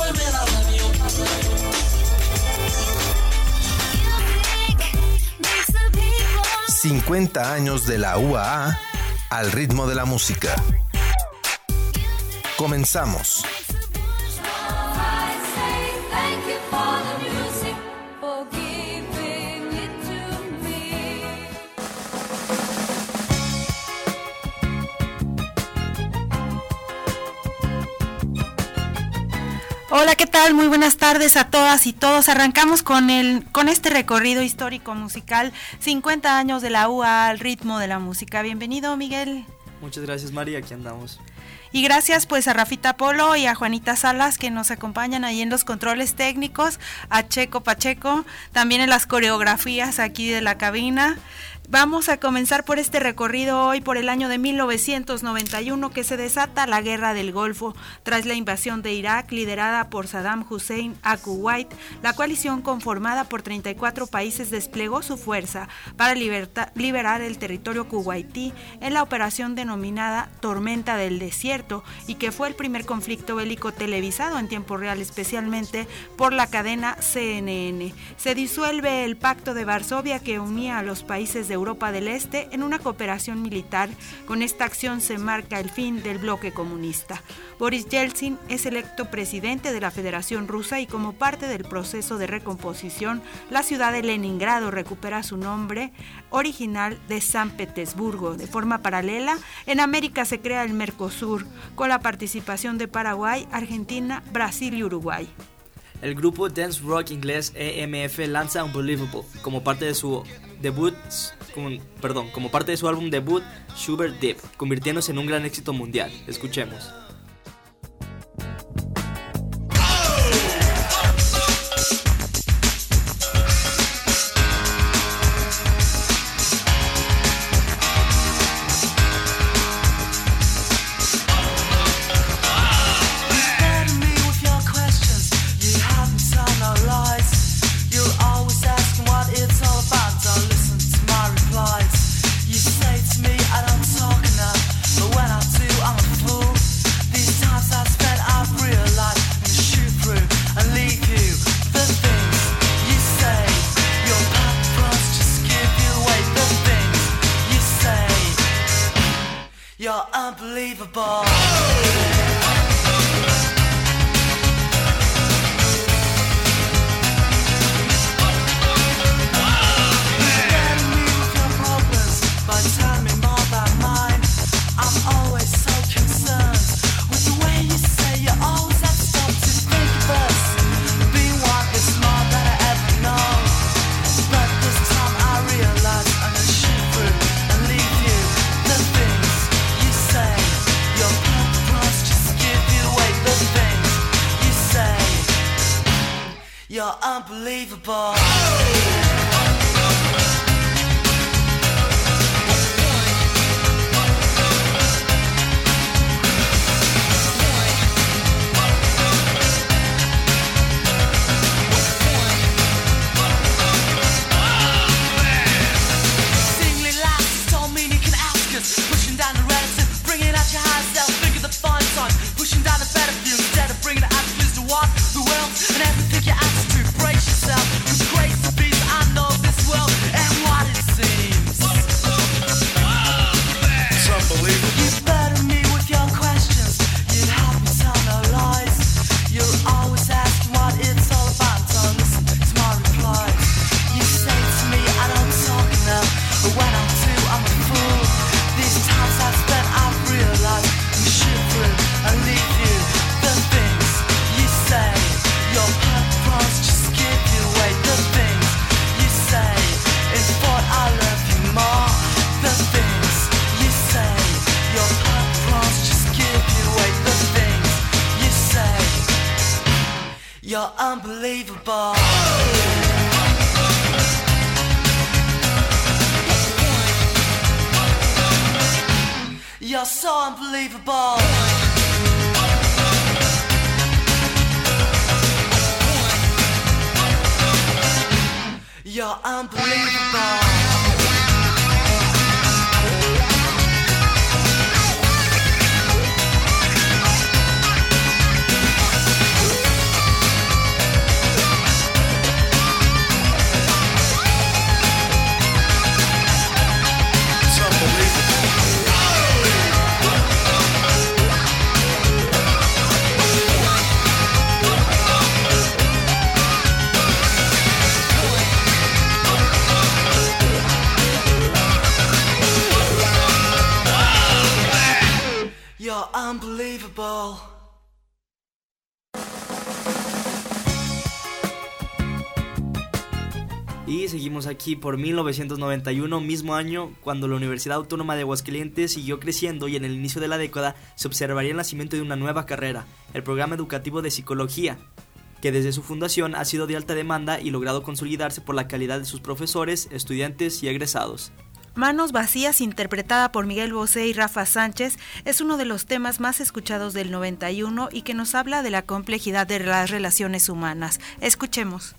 ...50 años de la UAA al ritmo de la música. Comenzamos. Hola, ¿qué tal? Muy buenas tardes a todas y todos. Arrancamos con este recorrido histórico musical, 50 años de la UAA al ritmo de la música. Bienvenido, Miguel. Muchas gracias, Mari, aquí andamos. Y gracias pues a Rafita Polo y a Juanita Salas que nos acompañan ahí en los controles técnicos, a Checo Pacheco, también en las coreografías aquí de la cabina. Vamos a comenzar por este recorrido hoy por el año de 1991 que se desata la Guerra del Golfo tras la invasión de Irak liderada por Saddam Hussein a Kuwait. La coalición conformada por 34 países desplegó su fuerza para liberar el territorio kuwaití en la operación denominada Tormenta del Desierto y que fue el primer conflicto bélico televisado en tiempo real, especialmente por la cadena CNN. Se disuelve el Pacto de Varsovia que unía a los países de Europa del Este en una cooperación militar. Con esta acción se marca el fin del bloque comunista. Boris Yeltsin es electo presidente de la Federación Rusa y como parte del proceso de recomposición, la ciudad de Leningrado recupera su nombre original de San Petersburgo. De forma paralela, en América se crea el Mercosur, con la participación de Paraguay, Argentina, Brasil y Uruguay. El grupo dance rock inglés EMF lanza Unbelievable como parte de su álbum debut Sugar Dip, convirtiéndose en un gran éxito mundial. Escuchemos. You're unbelievable. You're so unbelievable. You're unbelievable. unbelievable. Y seguimos aquí por 1991, mismo año, cuando la Universidad Autónoma de Aguascalientes siguió creciendo y en el inicio de la década se observaría el nacimiento de una nueva carrera, el programa educativo de psicología, que desde su fundación ha sido de alta demanda y logrado consolidarse por la calidad de sus profesores, estudiantes y egresados. Manos Vacías, interpretada por Miguel Bosé y Rafa Sánchez, es uno de los temas más escuchados del 91 y que nos habla de la complejidad de las relaciones humanas. Escuchemos.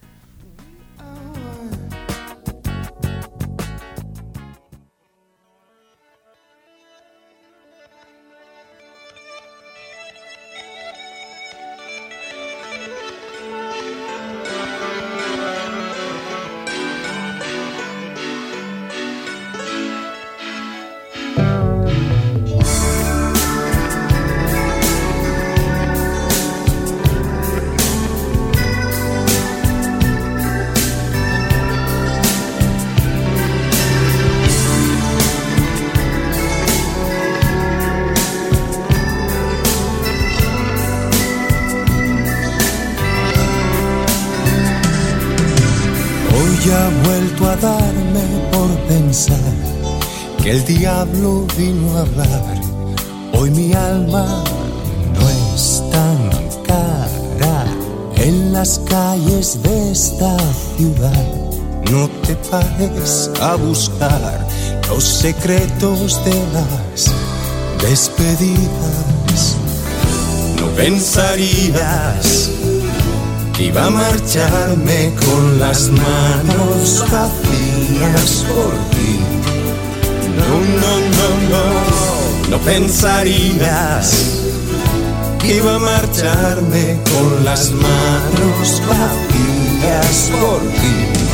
Ha vuelto a darme por pensar que el diablo vino a hablar. Hoy mi alma no es tan cara. En las calles de esta ciudad no te pares a buscar los secretos de las despedidas. No pensarías iba a marcharme con las manos vacías por ti. No, no, no, no, no pensarías que iba a marcharme con las manos vacías por ti.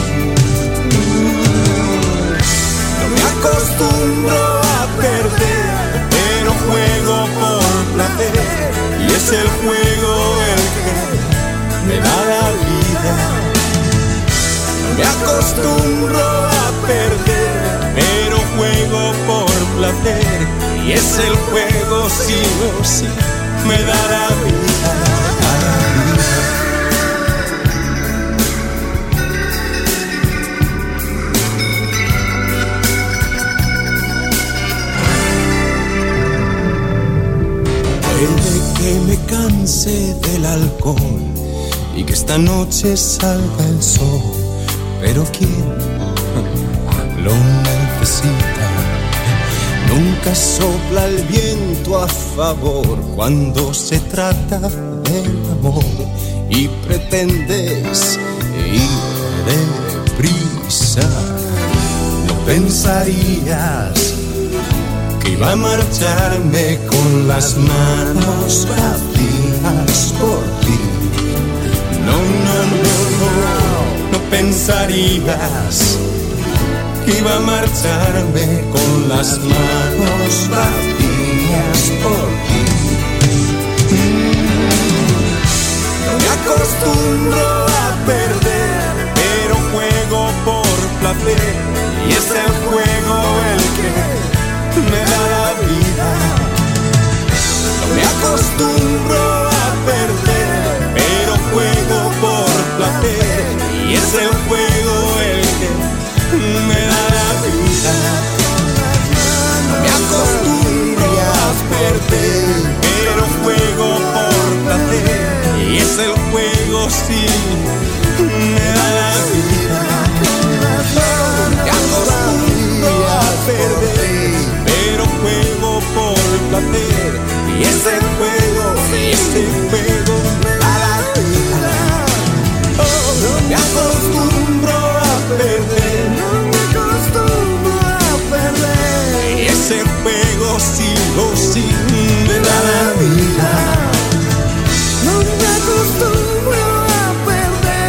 No me acostumbro a perder, pero juego por placer, y es el juego el que me da la vida. No me acostumbro a perder, pero juego por placer, y es el juego sí o sí, me da la vida. Puede que me canse del alcohol y que esta noche salga el sol, pero ¿quién lo necesita? Nunca sopla el viento a favor cuando se trata del amor, y pretendes ir deprisa. No pensarías que iba a marcharme con las manos vacías por ti. No, no, no, no, no pensarías que iba a marcharme con las manos vacías por ti. No me acostumbro a perder, pero juego por placer, y es el juego el que me da la vida. No me acostumbro a perder, pero juego por placer, y es el juego el que me da la vida. No me acostumbro a perder, pero juego por placer, y es el juego sí, me da la vida. No me acostumbro a perder, pero juego por placer, y es el juego, me da la vida. No me acostumbro a perder, no me acostumbro a perder, y ese juego sí o sí me da la vida. No me acostumbro a perder,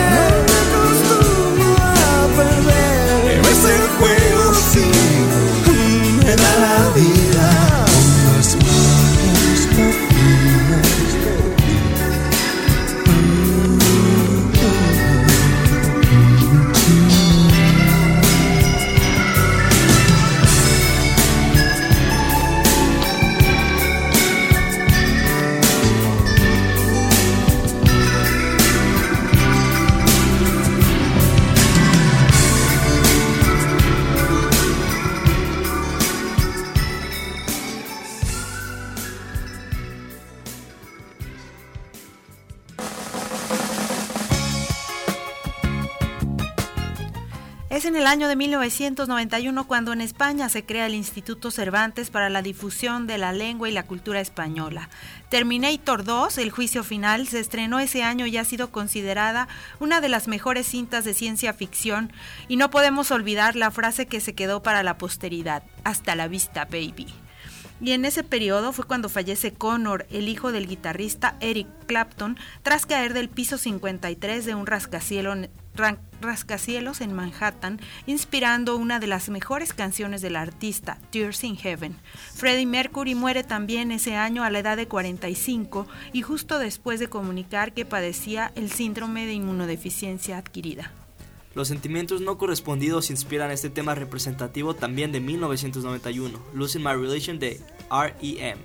Es en el año de 1991 cuando en España se crea el Instituto Cervantes para la difusión de la lengua y la cultura española. Terminator 2, El juicio final, se estrenó ese año y ha sido considerada una de las mejores cintas de ciencia ficción, y no podemos olvidar la frase que se quedó para la posteridad: hasta la vista, baby. Y en ese periodo fue cuando fallece Connor, el hijo del guitarrista Eric Clapton, tras caer del piso 53 de un rascacielos en Manhattan, inspirando una de las mejores canciones del artista, Tears in Heaven. Freddie Mercury muere también ese año a la edad de 45 y justo después de comunicar que padecía el síndrome de inmunodeficiencia adquirida. Los sentimientos no correspondidos inspiran este tema representativo también de 1991, Losing My Religion de R.E.M.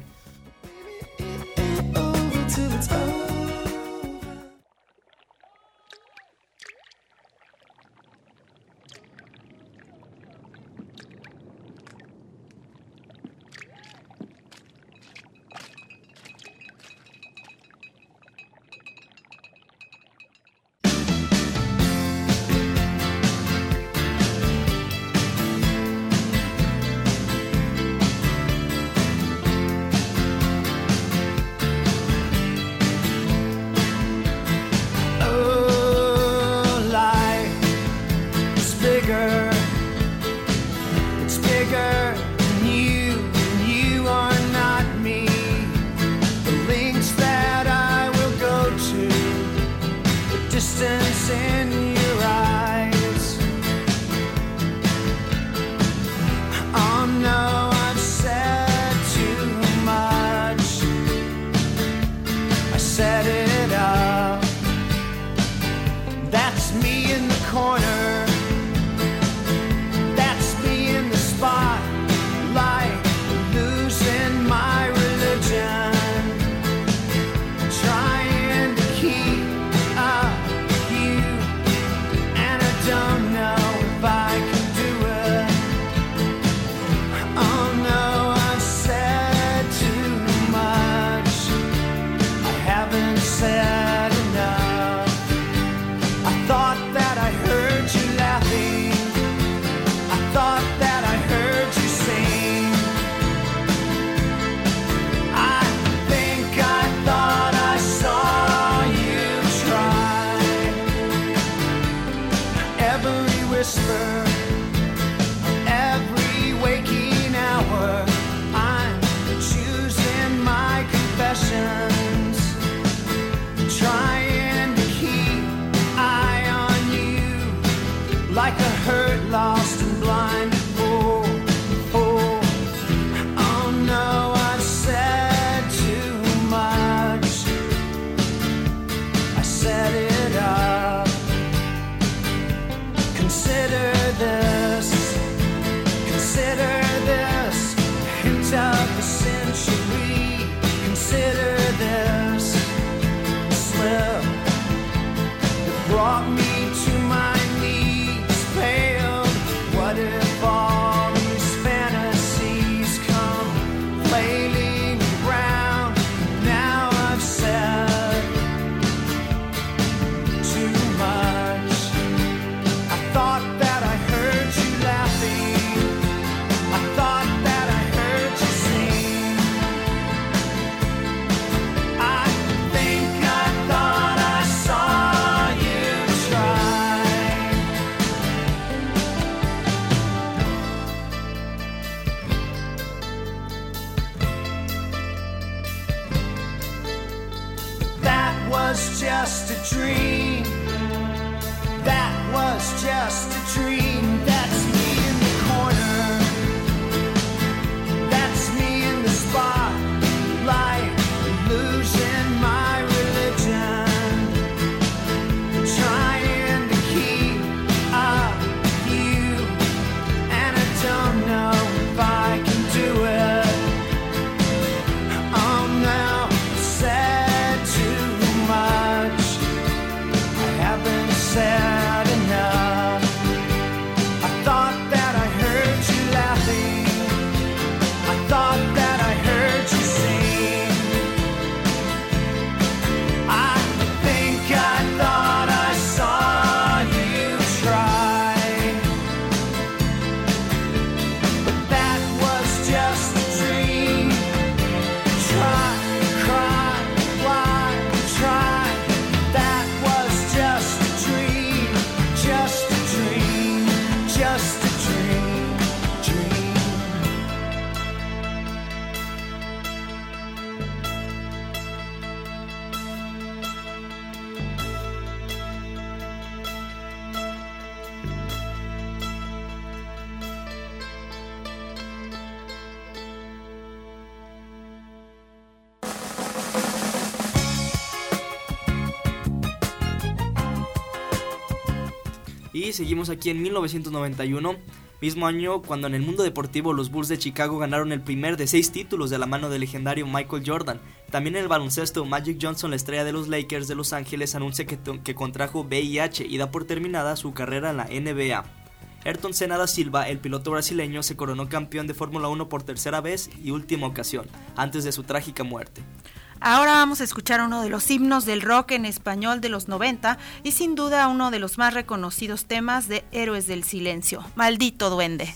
Y seguimos aquí en 1991, mismo año cuando en el mundo deportivo los Bulls de Chicago ganaron el primer de 6 títulos de la mano del legendario Michael Jordan. También en el baloncesto, Magic Johnson, la estrella de los Lakers de Los Ángeles, anuncia que contrajo VIH y da por terminada su carrera en la NBA. Ayrton Senna da Silva, el piloto brasileño, se coronó campeón de Fórmula 1 por tercera vez y última ocasión, antes de su trágica muerte. Ahora vamos a escuchar uno de los himnos del rock en español de los 90 y sin duda uno de los más reconocidos temas de Héroes del Silencio, Maldito Duende.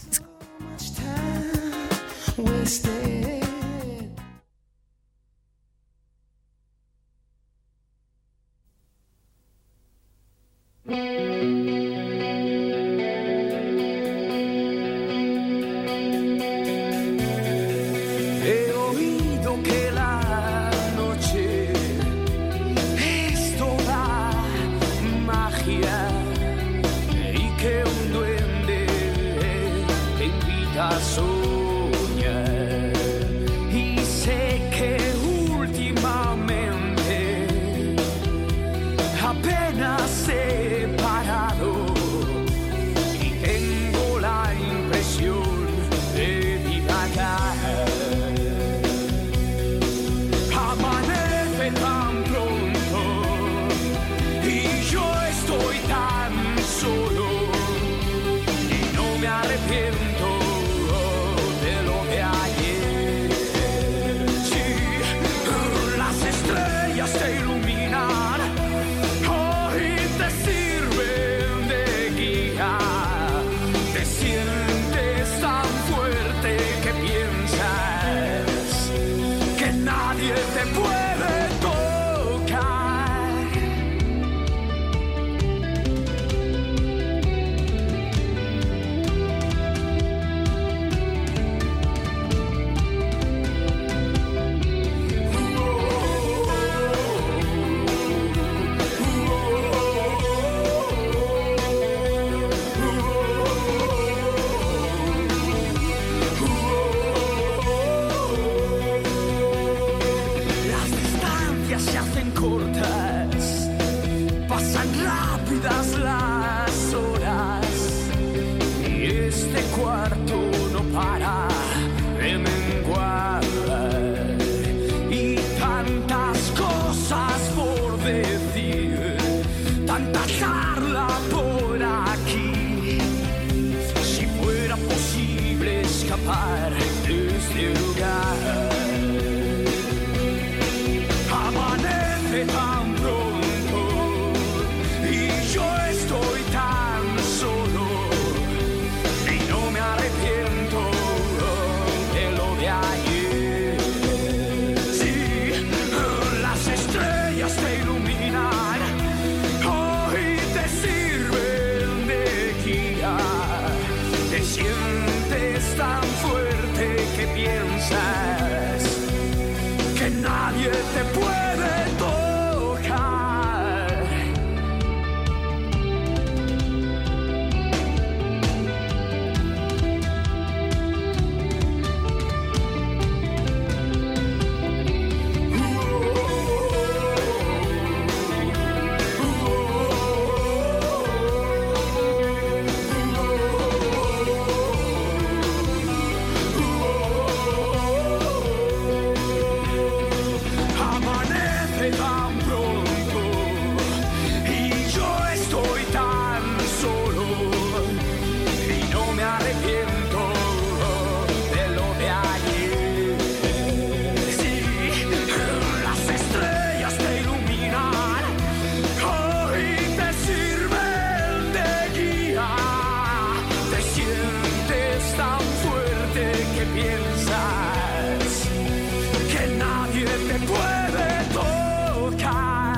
Piensas que nadie te puede tocar.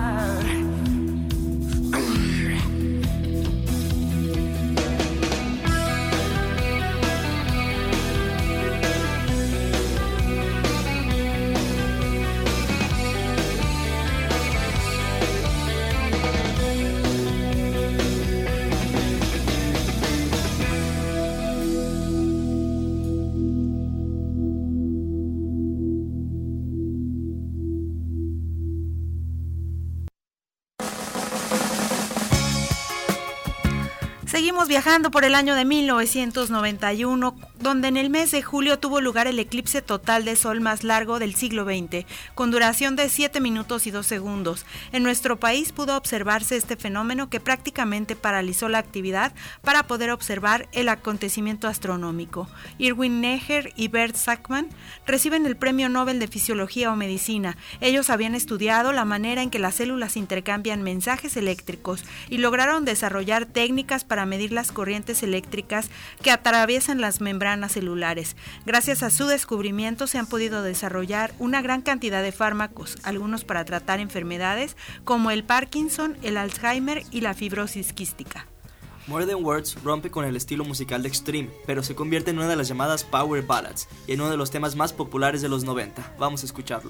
Seguimos viajando por el año de 1991, donde en el mes de julio tuvo lugar el eclipse total de sol más largo del siglo XX, con duración de 7 minutos y 2 segundos. En nuestro país pudo observarse este fenómeno que prácticamente paralizó la actividad para poder observar el acontecimiento astronómico. Irwin Neher y Bert Sakmann reciben el Premio Nobel de Fisiología o Medicina. Ellos habían estudiado la manera en que las células intercambian mensajes eléctricos y lograron desarrollar técnicas para medir las corrientes eléctricas que atraviesan las membranas celulares. Gracias a su descubrimiento se han podido desarrollar una gran cantidad de fármacos, algunos para tratar enfermedades como el Parkinson, el Alzheimer y la fibrosis quística. More Than Words rompe con el estilo musical de Extreme, pero se convierte en una de las llamadas Power Ballads y en uno de los temas más populares de los 90. Vamos a escucharlo.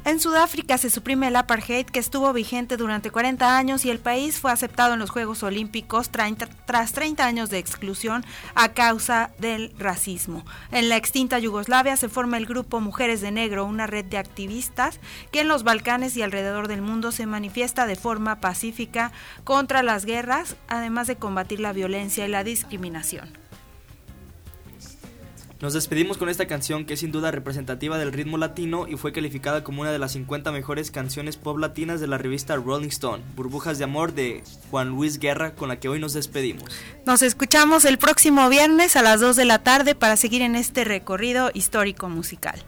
En Sudáfrica se suprime el apartheid, que estuvo vigente durante 40 años y el país fue aceptado en los Juegos Olímpicos tras 30 años de exclusión a causa del racismo. En la extinta Yugoslavia se forma el grupo Mujeres de Negro, una red de activistas que en los Balcanes y alrededor del mundo se manifiesta de forma pacífica contra las guerras, además de combatir la violencia y la discriminación. Nos despedimos con esta canción que es sin duda representativa del ritmo latino y fue calificada como una de las 50 mejores canciones pop latinas de la revista Rolling Stone, Burbujas de Amor de Juan Luis Guerra, con la que hoy nos despedimos. Nos escuchamos el próximo viernes a las 2 de la tarde para seguir en este recorrido histórico musical.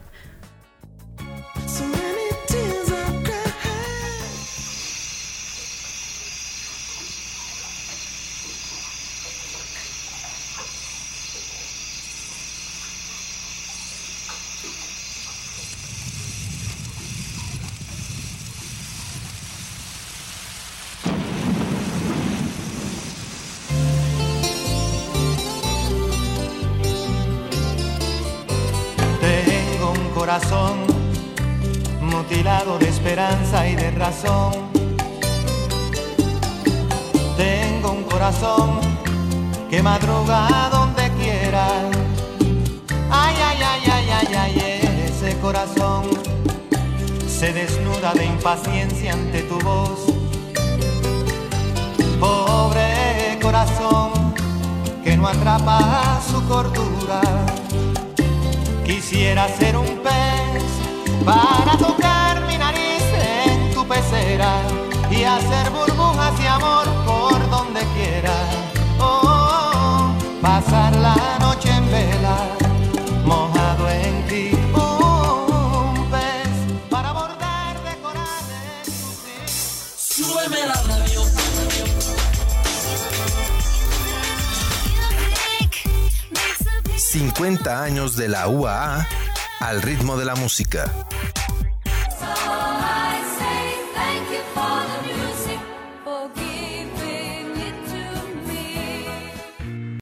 Corazón mutilado de esperanza y de razón. Tengo un corazón que madruga donde quiera. Ay, ay, ay, ay, ay, ay, ese corazón se desnuda de impaciencia ante tu voz. Pobre corazón que no atrapa su cordura. Quisiera ser un pez para tocar mi nariz en tu pecera y hacer burbujas de amor por donde quiera. Oh, pasar la noche en vela, mojado en ti. Un pez para bordar de corales. Súbeme la radio. 50 años de la UAA al ritmo de la música.